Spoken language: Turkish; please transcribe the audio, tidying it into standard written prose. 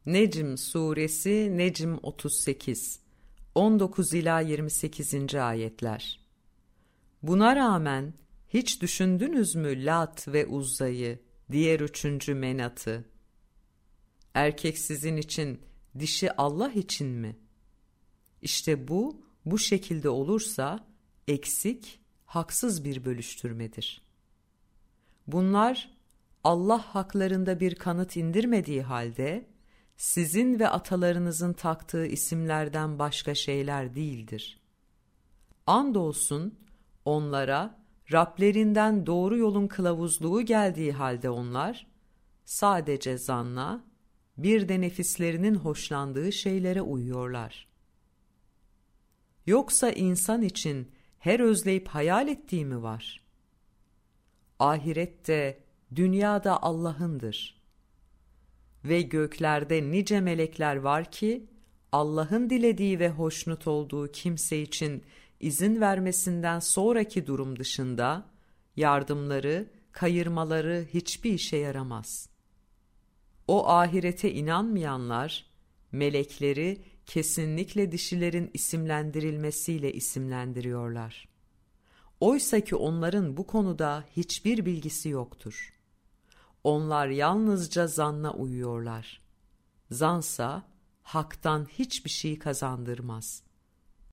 Necm Suresi Necm 38 19 ila 28. ayetler. Buna rağmen hiç düşündünüz mü Lat ve Uzza'yı, diğer üçüncü Menat'ı? Erkek sizin için, dişi Allah için mi? İşte bu şekilde olursa eksik, haksız bir bölüştürmedir. Bunlar Allah haklarında bir kanıt indirmediği halde sizin ve atalarınızın taktığı isimlerden başka şeyler değildir. Andolsun onlara Rablerinden doğru yolun kılavuzluğu geldiği halde onlar sadece zanna, bir de nefislerinin hoşlandığı şeylere uyuyorlar. Yoksa insan için her özleyip hayal ettiği mi var? Ahirette, dünyada Allah'ındır. Ve göklerde nice melekler var ki, Allah'ın dilediği ve hoşnut olduğu kimse için izin vermesinden sonraki durum dışında, yardımları, kayırmaları hiçbir işe yaramaz. O ahirete inanmayanlar, melekleri kesinlikle dişilerin isimlendirilmesiyle isimlendiriyorlar. Oysa ki onların bu konuda hiçbir bilgisi yoktur. Onlar yalnızca zanna uyuyorlar. Zansa haktan hiçbir şey kazandırmaz.